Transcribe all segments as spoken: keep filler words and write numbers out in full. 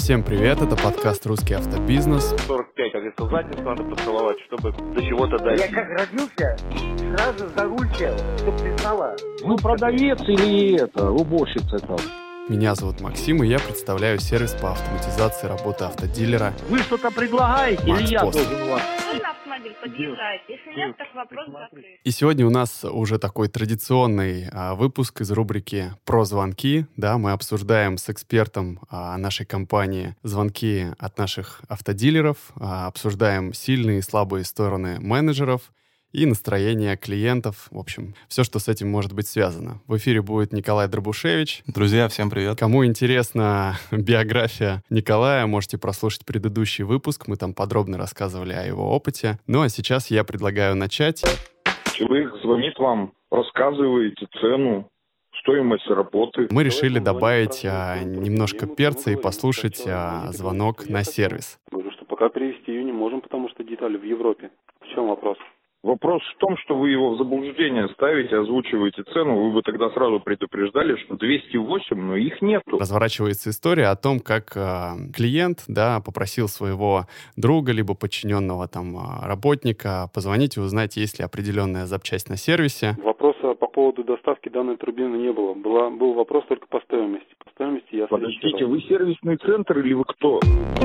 Всем привет, это подкаст «Русский автобизнес». сорок пять, как говорится, задницу надо поцеловать, чтобы до чего-то дойти. Я как родился, сразу за руль сел, чтоб ты знала. Ну, продавец или это, уборщица там. Меня зовут Максим, и я представляю сервис по автоматизации работы автодилера. Вы что-то предлагаете или я Макспост. должен вас? Можно автомобиль подъезжает? Если нет, так вопрос закрыт. И сегодня у нас уже такой традиционный а, выпуск из рубрики «Про звонки». Да, мы обсуждаем с экспертом а, нашей компании звонки от наших автодилеров, а, обсуждаем сильные и слабые стороны менеджеров и настроение клиентов. В общем, все, что с этим может быть связано. В эфире будет Николай Дробушевич. Друзья, всем привет. Кому интересна биография Николая, можете прослушать предыдущий выпуск. Мы там подробно рассказывали о его опыте. Ну а сейчас я предлагаю начать. Человек звонит вам, рассказываете цену, стоимость работы. Мы решили добавить а, немножко перца и послушать а, звонок на сервис. Говорю, что пока перевести ее не можем, потому что детали в Европе. В чем вопрос? Вопрос в том, что вы его в заблуждение ставите, озвучиваете цену. Вы бы тогда сразу предупреждали, что двести восемь, но их нету. Разворачивается история о том, как а, клиент, да, попросил своего друга либо подчиненного там а, работника позвонить и узнать, есть ли определенная запчасть на сервисе. Вопроса по поводу доставки данной турбины не было. Была, был вопрос только по стоимости. По стоимости я Подождите, вы сервисный центр или вы кто?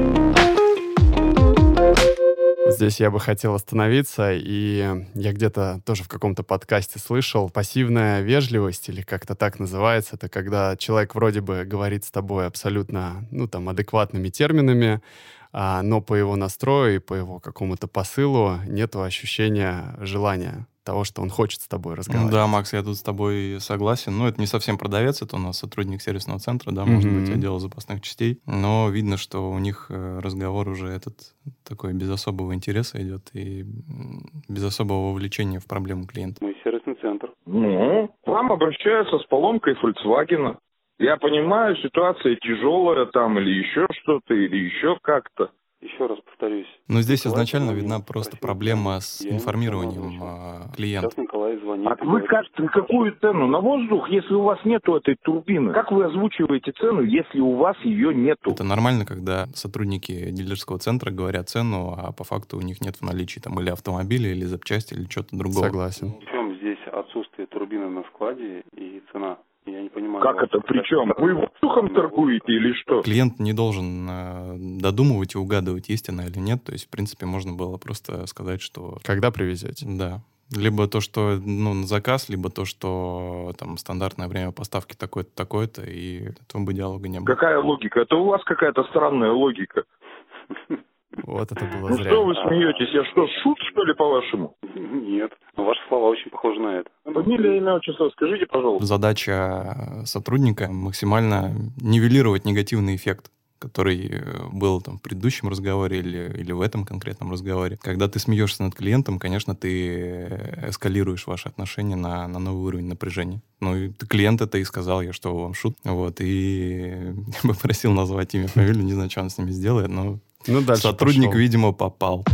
Здесь я бы хотел остановиться, и я где-то тоже в каком-то подкасте слышал, пассивная вежливость, или как-то так называется, это когда человек вроде бы говорит с тобой абсолютно, ну, там, адекватными терминами, а, но по его настрою и по его какому-то посылу нету ощущения желания того, что он хочет с тобой разговаривать. Да, Макс, я тут с тобой согласен. Ну, это не совсем продавец, это у нас сотрудник сервисного центра, да, может Mm-hmm. быть, отдела запасных частей. Но видно, что у них разговор уже этот такой без особого интереса идет и без особого вовлечения в проблему клиента. Мы сервисный центр. Ну, к вам обращаются с поломкой Volkswagen. Я понимаю, ситуация тяжелая там, или еще что-то, или еще как-то. Еще раз повторюсь. Но здесь Николай изначально звонит, видна просто просил проблема цену. с Я ему информированием цену а, озвучил. клиента. Сейчас Николай звонит. А вы как, какую цену? На воздух, если у вас нету этой турбины? Как вы озвучиваете цену, если у вас ее нету? Это нормально, когда сотрудники дилерского центра говорят цену, а по факту у них нет в наличии там или автомобиля, или запчасти, или чего-то другого. Согласен. В чем здесь отсутствие турбины на складе и цена? Я не понимаю. Как это? Причем? Вы воздухом торгуете или что? Клиент не должен э, додумывать и угадывать, есть она или нет. То есть, в принципе, можно было просто сказать, что... Когда привезете? Да. Либо то, что ну, на заказ, либо то, что там стандартное время поставки такое-то, такое-то, и этого бы диалога не было. Какая логика? Это у вас какая-то странная логика. Вот это было Ну зря. что вы смеетесь? Я что, шут, что ли, по-вашему? Нет. Но ваши слова очень похожи на это. Фамилия, имя, отчество, скажите, пожалуйста. Задача сотрудника максимально нивелировать негативный эффект, который был там в предыдущем разговоре или, или в этом конкретном разговоре. Когда ты смеешься над клиентом, конечно, ты эскалируешь ваши отношения на, на новый уровень напряжения. Ну, и клиент это и сказал, я что, вам шут? Вот, и я бы просил назвать имя, фамилию, не знаю, что он с ними сделает, но Ну, дальше сотрудник, пошел. видимо, попал.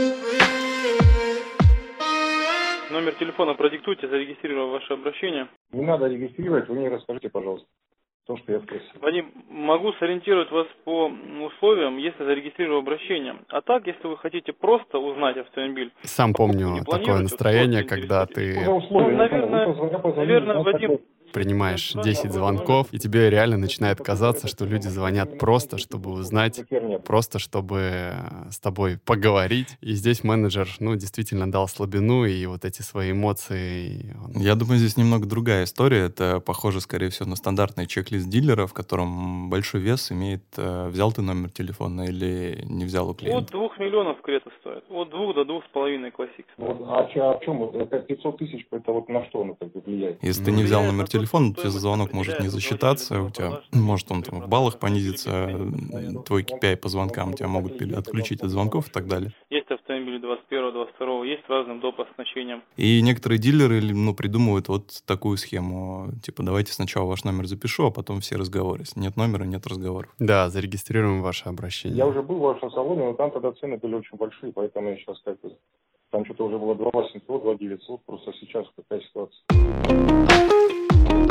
Номер телефона продиктуйте, зарегистрирую ваше обращение. Не надо регистрировать, вы мне расскажите, пожалуйста, то, что я спросил. Вадим, могу сориентировать вас по условиям, если зарегистрирую обращение. А так, если вы хотите просто узнать автомобиль... Сам помню такое настроение, когда ты Ну, наверное, наверное, Вадим... принимаешь десять звонков, и тебе реально начинает казаться, что люди звонят просто, чтобы узнать, просто чтобы с тобой поговорить. И здесь менеджер, ну, действительно дал слабину, и вот эти свои эмоции... он- Я думаю, здесь немного другая история. Это похоже, скорее всего, на стандартный чек-лист дилера, в котором большой вес имеет, э, взял ты номер телефона или не взял у От клиента. двух миллионов Крета стоит. От двух до двух с половиной классик. Вот, а чё- о чем? Вот, это пятьсот тысяч, это вот на что оно так влияет? Если ты не взял номер телефона, у тебя за звонок может не засчитаться, у тебя может он там в баллах понизится, твой кей пи ай по звонкам, тебя могут пере- отключить от звонков и так далее. Есть автомобили двадцать первого, двадцать второго, есть с разным доп. Оснащением. И некоторые дилеры ну, придумывают вот такую схему, типа давайте сначала ваш номер запишу, а потом все разговоры. Если нет номера, нет разговоров. Да, зарегистрируем ваше обращение. Я уже был в вашем салоне, но там тогда цены были очень большие, поэтому я сейчас как-то... Там что-то уже было два восемьсот, два девятьсот, просто сейчас какая ситуация.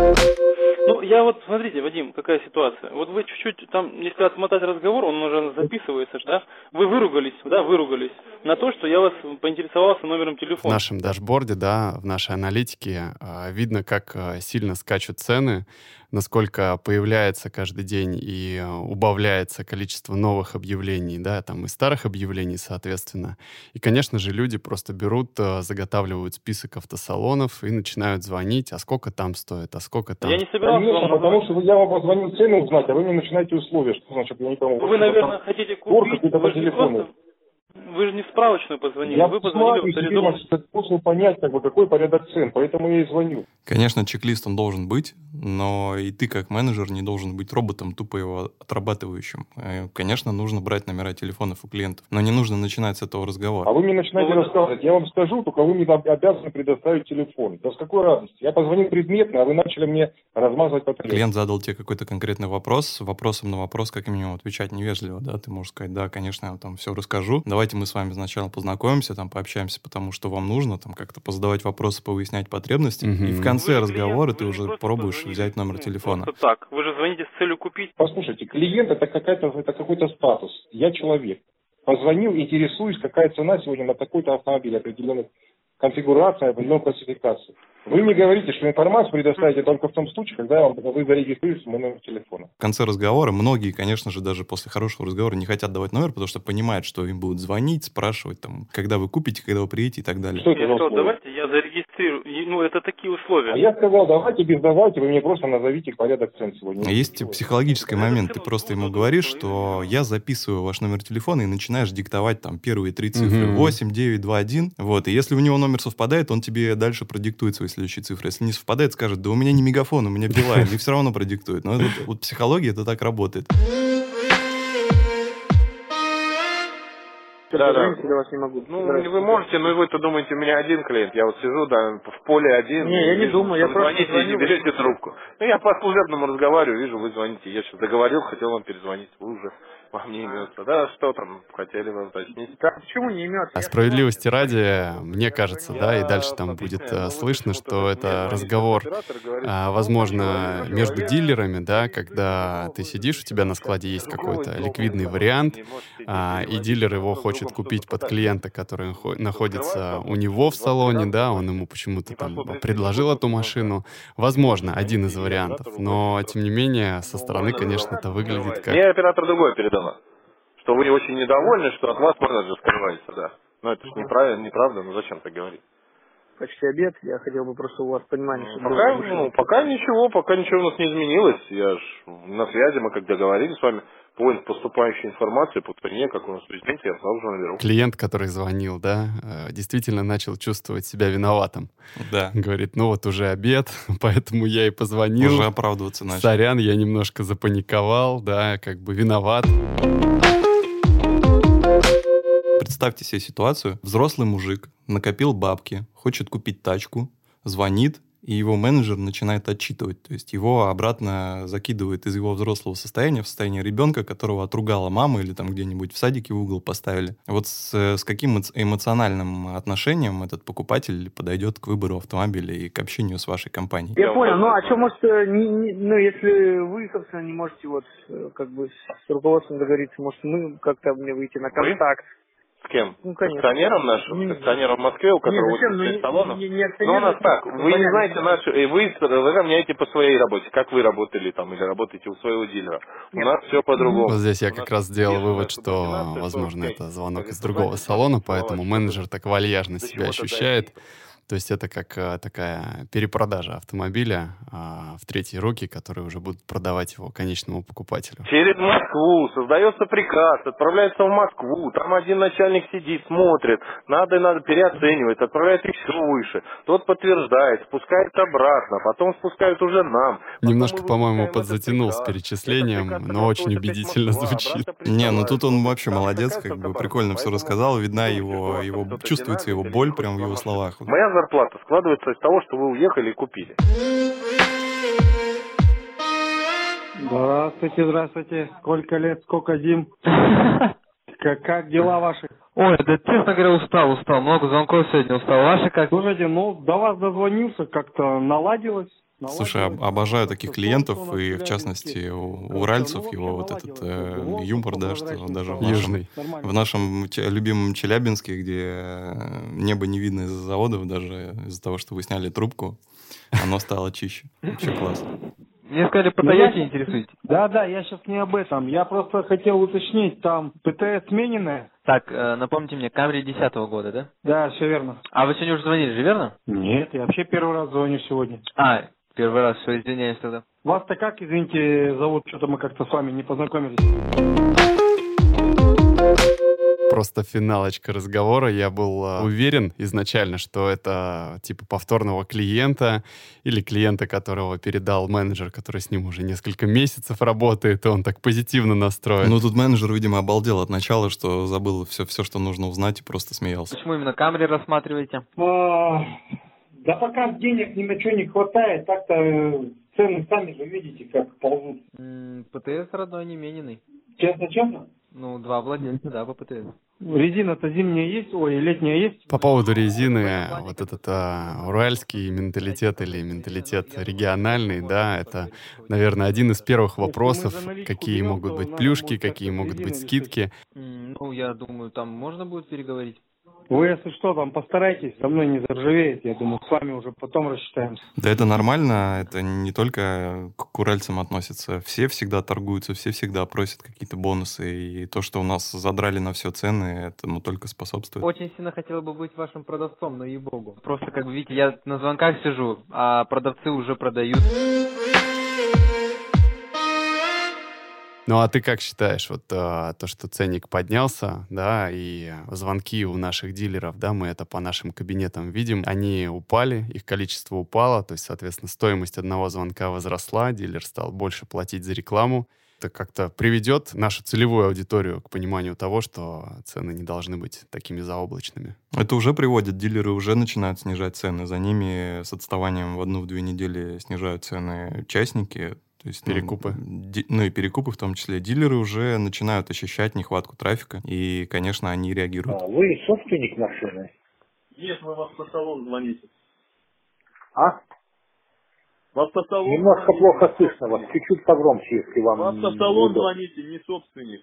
Ну, я вот, смотрите, Вадим, какая ситуация. Вот вы чуть-чуть, там, если отмотать разговор, он уже записывается, да? Вы выругались, да, выругались на то, что я вас поинтересовался номером телефона. В нашем дашборде, да, в нашей аналитике э, видно, как э, сильно скачут цены, насколько появляется каждый день и э, убавляется количество новых объявлений, да, там и старых объявлений, соответственно. И, конечно же, люди просто берут, э, заготавливают список автосалонов и начинают звонить, а сколько там стоит, а сколько там. Я не собирался Конечно, вам потому что я вам позвонил цену узнать, а вы мне начинаете условия. Что значит, я не пойму. Вы, наверное, хотите купить, какой-то вы по же не телефону. просто... Вы же не в справочную позвонили, Я вы позвонили в авторизованную. Я способ понять, как бы, какой порядок цен, поэтому я и звоню. Конечно, чек-лист он должен быть, но и ты как менеджер не должен быть роботом, тупо его отрабатывающим. Конечно, нужно брать номера телефонов у клиентов, но не нужно начинать с этого разговора. А вы мне начинаете ну, рассказывать, я вам скажу, только вы мне обязаны предоставить телефон. Да с какой радости? Я позвонил предметно, а вы начали мне размазывать по тарелке. Клиент задал тебе какой-то конкретный вопрос, вопросом на вопрос, как минимум отвечать невежливо, да, ты можешь сказать, да, конечно, я вам там все расскажу, давайте мы с вами сначала познакомимся, там пообщаемся, потому что вам нужно, там как-то позадавать вопросы, повыяснять потребности, mm-hmm. и в конце вы разговора ты уже пробуешь взять номер телефона. Просто так, вы же звоните с целью купить. Послушайте, клиент это какая-то, это какой-то статус, я человек. Позвонил, интересуюсь, какая цена сегодня на такой-то автомобиль, определенной конфигурации, определенной классификации. Вы мне говорите, что информацию предоставите только в том случае, когда вам, вы зарегистрируете мой номер телефона. В конце разговора многие, конечно же, даже после хорошего разговора не хотят давать номер, потому что понимают, что им будут звонить, спрашивать, там, когда вы купите, когда вы приедете и так далее. Что это за что, давайте я зарегистрирую. Ну, это такие условия. А я сказал, давайте без давайте, вы мне просто назовите порядок цен сегодня. Есть психологический момент. Ты просто ему говоришь, что я записываю ваш номер телефона и начинаешь диктовать там первые три цифры. восемь, девять, два, один. Вот. И если у него номер совпадает, он тебе дальше продиктует свои следующие цифры. Если не совпадает, скажет, да у меня не мегафон, у меня Билайн, и все равно продиктует. Но это, вот психология, это так работает. Да, да. Я вас не могу. Ну, вы можете, но вы-то думаете, у меня один клиент. Я вот сижу, да, в поле один. Не, я не думаю, я просто звоните и не берете трубку. Ну, я по служебному разговариваю, вижу, вы звоните. Я сейчас договорил, хотел вам перезвонить. Вы уже вам не имется. Да, что там, хотели вы уточнить? Да, почему не имется? А справедливости ради, мне кажется, да, и дальше там будет а, слышно, что это разговор, а, возможно, между дилерами, да, когда ты сидишь, у тебя на складе есть какой-то ликвидный вариант, а, и дилер его хочет купить под клиента, который находится у него в салоне, да, он ему почему-то там предложил эту машину. Возможно, один из вариантов, но, тем не менее, со стороны, конечно, это выглядит как... Мне оператор другой передал. Что вы очень недовольны, что от вас менеджер скрывается, да. Но это же неправильно, неправда, ну зачем так говорить? Почти обед, я хотел бы просто у вас понимание, что... Пока, ну, пока ничего, пока ничего у нас не изменилось. Я ж на связи, мы как договорились с вами, по поступающей информации, по цене, как у нас президенте, я сразу же наберу. Клиент, который звонил, да, действительно начал чувствовать себя виноватым. Да. Говорит, ну вот уже обед, поэтому я и позвонил. Уже оправдываться начал. Сорян, я немножко запаниковал, да, как бы виноват. Представьте себе ситуацию. Взрослый мужик накопил бабки, хочет купить тачку, звонит, и его менеджер начинает отчитывать. То есть его обратно закидывает из его взрослого состояния в состояние ребенка, которого отругала мама или там где-нибудь в садике в угол поставили. Вот с, с каким эмоциональным отношением этот покупатель подойдет к выбору автомобиля и к общению с вашей компанией? Я понял. Ну, а что, может, не, не, ну, если вы, собственно, не можете вот как бы с руководством договориться, может, мы как-то мне выйти на контакт? С кем? Ну, конечно. С акционером нашим? Не, с акционером в Москве, у которого восемьдесят салонов? Не, не ну, у нас так, вы не знаете наши... И вы, вы равняете по своей работе, как вы работали там, или работаете у своего дилера. Нет. У нас все по-другому. Вот здесь я как раз сделал вывод, что, возможно, это звонок из другого салона, поэтому менеджер так вальяжно себя ощущает. То есть это как а, такая перепродажа автомобиля а, в третьи руки, которые уже будут продавать его конечному покупателю. Через Москву создается приказ, отправляется в Москву, там один начальник сидит, смотрит, надо и надо переоценивать, отправляет еще выше, тот подтверждает, спускает обратно, потом спускают уже нам. Немножко, по-моему, подзатянул с перечислением, но очень убедительно звучит. Не, ну тут он вообще молодец, как бы прикольно все рассказал, видна его, его чувствуется его боль прямо в его словах. Моя зарплата складывается из того, что вы уехали и купили. Здравствуйте, здравствуйте. Сколько лет, сколько зим? Как, как дела ваши? Ой, да честно говоря, устал, устал. Много звонков сегодня устал. Ваши как? Слушайте, ну до вас дозвонился, как-то наладилось. Слушай, об- обожаю таких клиентов, и в частности у уральцев его вот этот э, юмор, да, что даже в нашем, Южный. в нашем че- любимом Челябинске, где э, небо не видно из-за заводов, даже из-за того, что вы сняли трубку, оно стало чище. Вообще класс. Мне сказали, по Ну, я Тойоте щас- интересуетесь. Да, да, я сейчас не об этом. Я просто хотел уточнить, там ПТС смененная? Так, э, напомните мне, Камри десятого года, да? Да, все верно. А вы сегодня уже звонили же, верно? Нет, я вообще первый раз звоню сегодня. А, первый раз, все, извиняюсь тогда. Вас-то как, извините, зовут? Что-то мы как-то с вами не познакомились. Просто финалочка разговора. Я был э, уверен изначально, что это типа повторного клиента или клиента, которого передал менеджер, который с ним уже несколько месяцев работает, и он так позитивно настроен. Ну, тут менеджер, видимо, обалдел от начала, что забыл все, все, что нужно узнать, и просто смеялся. Почему именно Камри рассматриваете? А, да пока денег ни на что не хватает, так-то э, цены сами же видите, как ползут. М, ПТС родной не мененный. Честно-честно? Ну, два владельца, да, по ПТС. Резина-то зимняя есть, ой, летняя есть? По поводу резины, вот этот а, уральский менталитет или менталитет региональный, да, это, наверное, один из первых вопросов, какие могут быть плюшки, какие могут быть скидки. М, Ну, я думаю, там можно будет переговорить. Вы, если что, там постарайтесь, со мной не заржавеете, я думаю, с вами уже потом рассчитаемся. Да это нормально, это не только к уральцам относится. Все всегда торгуются, все всегда просят какие-то бонусы. И то, что у нас задрали на все цены, это ну, только способствует. Очень сильно хотела бы быть вашим продавцом, но ей-богу. Просто, как бы, видите, я на звонках сижу, а продавцы уже продают. Ну а ты как считаешь, вот а, то, что ценник поднялся, да, и звонки у наших дилеров, да, мы это по нашим кабинетам видим, они упали, их количество упало, то есть, соответственно, стоимость одного звонка возросла, дилер стал больше платить за рекламу. Это как-то приведет нашу целевую аудиторию к пониманию того, что цены не должны быть такими заоблачными. Это уже приводит, дилеры уже начинают снижать цены. За ними с отставанием в одну-две недели снижают цены частники. То есть, перекупы. Ну, ди, ну и перекупы в том числе. Дилеры уже начинают ощущать нехватку трафика, и, конечно, они реагируют. А вы собственник машины? Нет, мы в автосалон звоните. А? В автосалон Немножко звоните. плохо слышно вас, чуть-чуть погромче, если вам... В автосалон удобно. звоните, не собственник.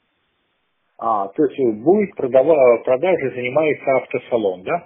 А, то есть будет продава... продажей занимается автосалон, да?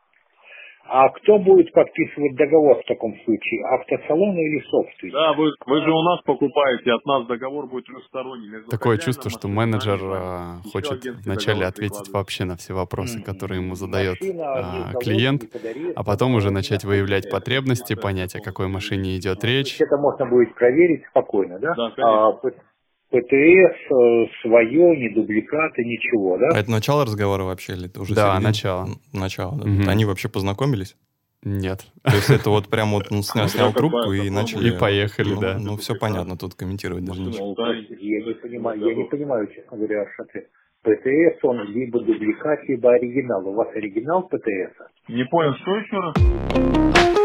А кто будет подписывать договор в таком случае? Автосалон или собственник? Да, вы, вы же у нас покупаете, от нас договор будет трехсторонний. Между Такое хозяином чувство, что машины, менеджер нами, а, еще хочет агентский вначале договор ответить прикладывает. вообще на все вопросы, которые ему задает Машина, а, один клиент, завод, подарит, а потом уже потом начать один выявлять завод. потребности, понять, о какой машине идет То речь. есть это можно будет проверить спокойно, да? Да, конечно. А, П- ПТС э, свое, не дубликаты, ничего, да? А это начало разговора вообще или это уже Да, середина? начало. Начало, да. Мгм. Они вообще познакомились? Нет. То есть это вот прям вот он снял, снял трубку и начали... И поехали, ну, да. Ну, все понятно, тут комментировать даже нечего. Я не понимаю, я не понимаю, честно говоря, ваш ответ. ПТС, он либо дубликат, либо оригинал. У вас оригинал ПТС? Не понял, что еще раз?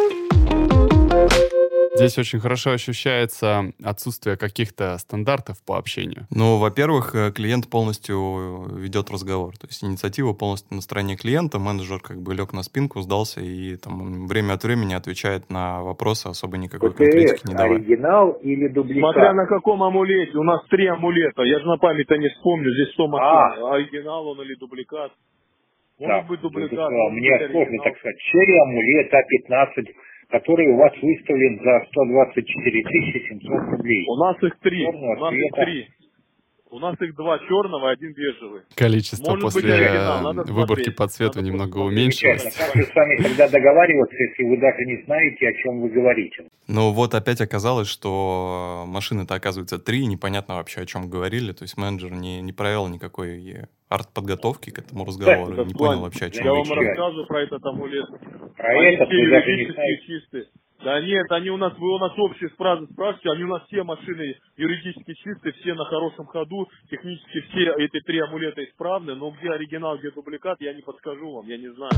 Здесь очень хорошо ощущается отсутствие каких-то стандартов по общению. Ну, во-первых, э, клиент полностью ведет разговор. То есть инициатива полностью на стороне клиента. Менеджер как бы лег на спинку, сдался и там время от времени отвечает на вопросы, особо никакой конкретики ПТС не давая. оригинал или дубликат? Смотря на каком амулете. У нас три амулета. Я же на память-то не вспомню. Здесь сто машин. А. Оригинал он или дубликат? Да, Может быть дубликат. это, может мне быть сложно оригинал. так сказать. Черри амулет А пятнадцать, который у вас выставлен за сто двадцать четыре тысячи семьсот рублей. У нас их три. Черного У нас их цвета. три. У нас их два черного, один бежевый. Количество Может быть, после оригинал, надо э, выборки смотреть. по цвету Надо немного посмотреть. уменьшилось. Замечательно. Как же с вами тогда договариваться, если вы даже не знаете, о чем вы говорите? Ну, вот опять оказалось, что машины-то, оказывается, три, непонятно вообще, о чем говорили. То есть менеджер не, не провел никакой арт-подготовки к этому разговору, Это не с понял вами. вообще, о чем Я вам речь. рассказываю про этот амулет. Про Они этот все вы даже не юридически знаете. чистые. Да нет, они у нас, вы у нас общие фразы спрашиваете, они у нас все машины юридически чистые, все на хорошем ходу, технически все эти три амулета исправны, но где оригинал, где дубликат, я не подскажу вам, я не знаю.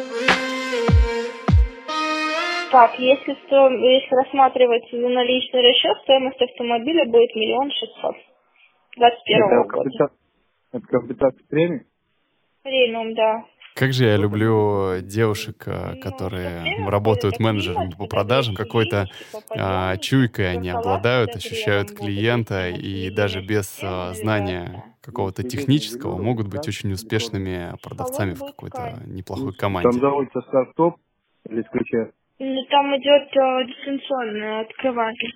Так, если, сто- если рассматривать за наличный расчет, стоимость автомобиля будет миллион шестьсот. Двадцать первого Это года. капита- это комплектация премии? Премиум, да. Как же я люблю девушек, которые работают менеджерами по продажам. Какой-то а, чуйкой они обладают, ощущают клиента, и даже без а, знания какого-то технического могут быть очень успешными продавцами в какой-то неплохой команде. Там заводится старт-стоп или исключает? Ну, там идет э, дистанционное открывание.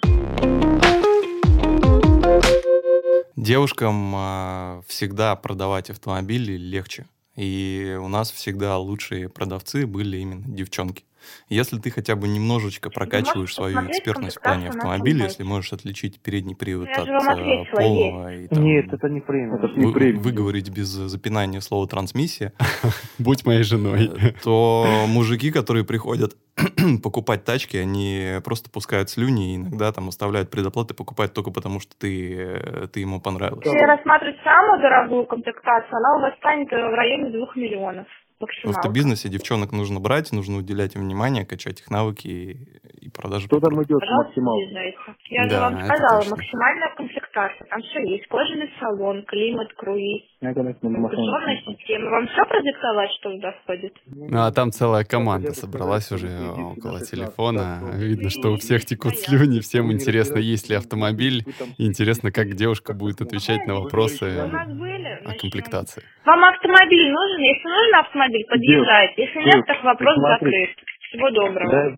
Девушкам э, всегда продавать автомобили легче. И у нас всегда лучшие продавцы были именно девчонки. Если ты хотя бы немножечко прокачиваешь свою экспертность в плане автомобиля, если можешь отличить передний привод от э, полного и там, Нет, это не премиум. Это не вы, премиум. выговорить без запинания слово «трансмиссия», будь моей женой, то мужики, которые приходят покупать тачки, они просто пускают слюни и иногда там оставляют предоплаты, покупают только потому, что ты, ты ему понравился. Если рассматривать самую дорогую комплектацию, она у вас станет в районе двух миллионов. В автобизнесе девчонок нужно брать, нужно уделять им внимание, качать их навыки и, и продажи. Что там идет максимал? Я же да, вам сказала, максимальная комплектация. Там все есть. Кожаный салон, климат, круиз, информационная система. Вам все продиктовать, что туда входит? Ну, а там целая команда собралась уже около телефона. Видно, что у всех текут слюни, всем интересно, есть ли автомобиль, и интересно, как девушка будет отвечать на вопросы о комплектации. Вам автомобиль нужен? Если нужен автомобиль, подъезжайте. Если нет, так вопрос закрыт. Всего доброго.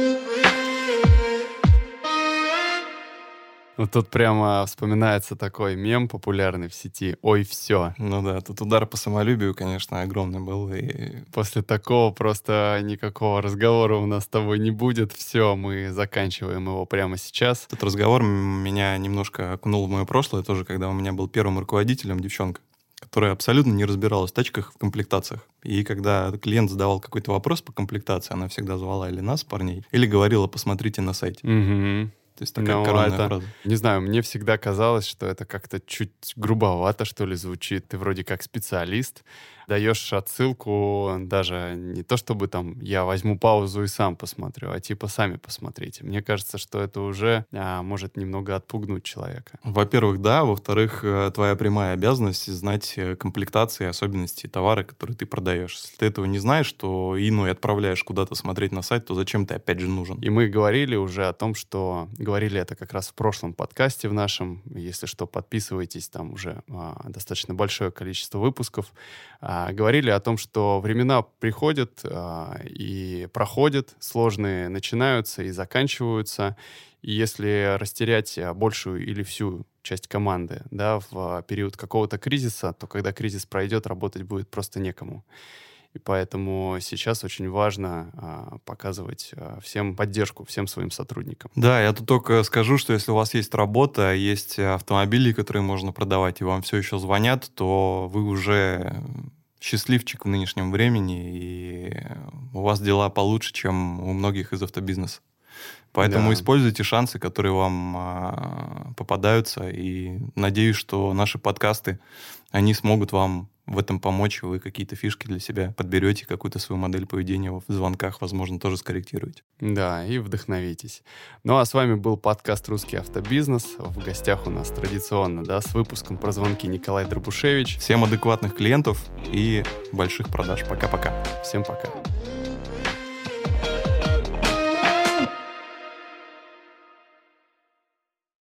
Ну, тут прямо вспоминается такой мем популярный в сети «Ой, все». Ну да, тут удар по самолюбию, конечно, огромный был. И после такого просто никакого разговора у нас с тобой не будет. Все, мы заканчиваем его прямо сейчас. Этот разговор меня немножко окунул в мое прошлое, тоже когда у меня был первым руководителем девчонка, которая абсолютно не разбиралась в тачках, в комплектациях. И когда клиент задавал какой-то вопрос по комплектации, она всегда звала или нас, парней, или говорила «посмотрите на сайте». Угу. То есть такая ну, коронная это, фраза. Не знаю, мне всегда казалось, что это как-то чуть грубовато, что ли, звучит. Ты вроде как специалист, даешь отсылку даже не то, чтобы там я возьму паузу и сам посмотрю, а типа сами посмотрите. Мне кажется, что это уже а, может немного отпугнуть человека. Во-первых, да. Во-вторых, твоя прямая обязанность знать комплектации и особенности товара, который ты продаешь. Если ты этого не знаешь, то и, ну, и отправляешь куда-то смотреть на сайт, то зачем ты опять же нужен? И мы говорили уже о том, что... Говорили это как раз в прошлом подкасте в нашем. Если что, подписывайтесь, там уже а, достаточно большое количество выпусков. А, говорили о том, что времена приходят а, и проходят, сложные начинаются и заканчиваются. И если растерять большую или всю часть команды, да, в период какого-то кризиса, то когда кризис пройдет, работать будет просто некому. И поэтому сейчас очень важно а, показывать а, всем поддержку, всем своим сотрудникам. Да, я тут только скажу, что если у вас есть работа, есть автомобили, которые можно продавать, и вам все еще звонят, то вы уже счастливчик в нынешнем времени, и у вас дела получше, чем у многих из автобизнеса. Поэтому да. Используйте шансы, которые вам а, попадаются, и надеюсь, что наши подкасты, они смогут вам в этом помочь, вы какие-то фишки для себя подберете, какую-то свою модель поведения в звонках, возможно, тоже скорректируете. Да, и вдохновитесь. Ну, а с вами был подкаст «Русский автобизнес». В гостях у нас традиционно, да, с выпуском про звонки Николай Дробушевич. Всем адекватных клиентов и больших продаж. Пока-пока. Всем пока.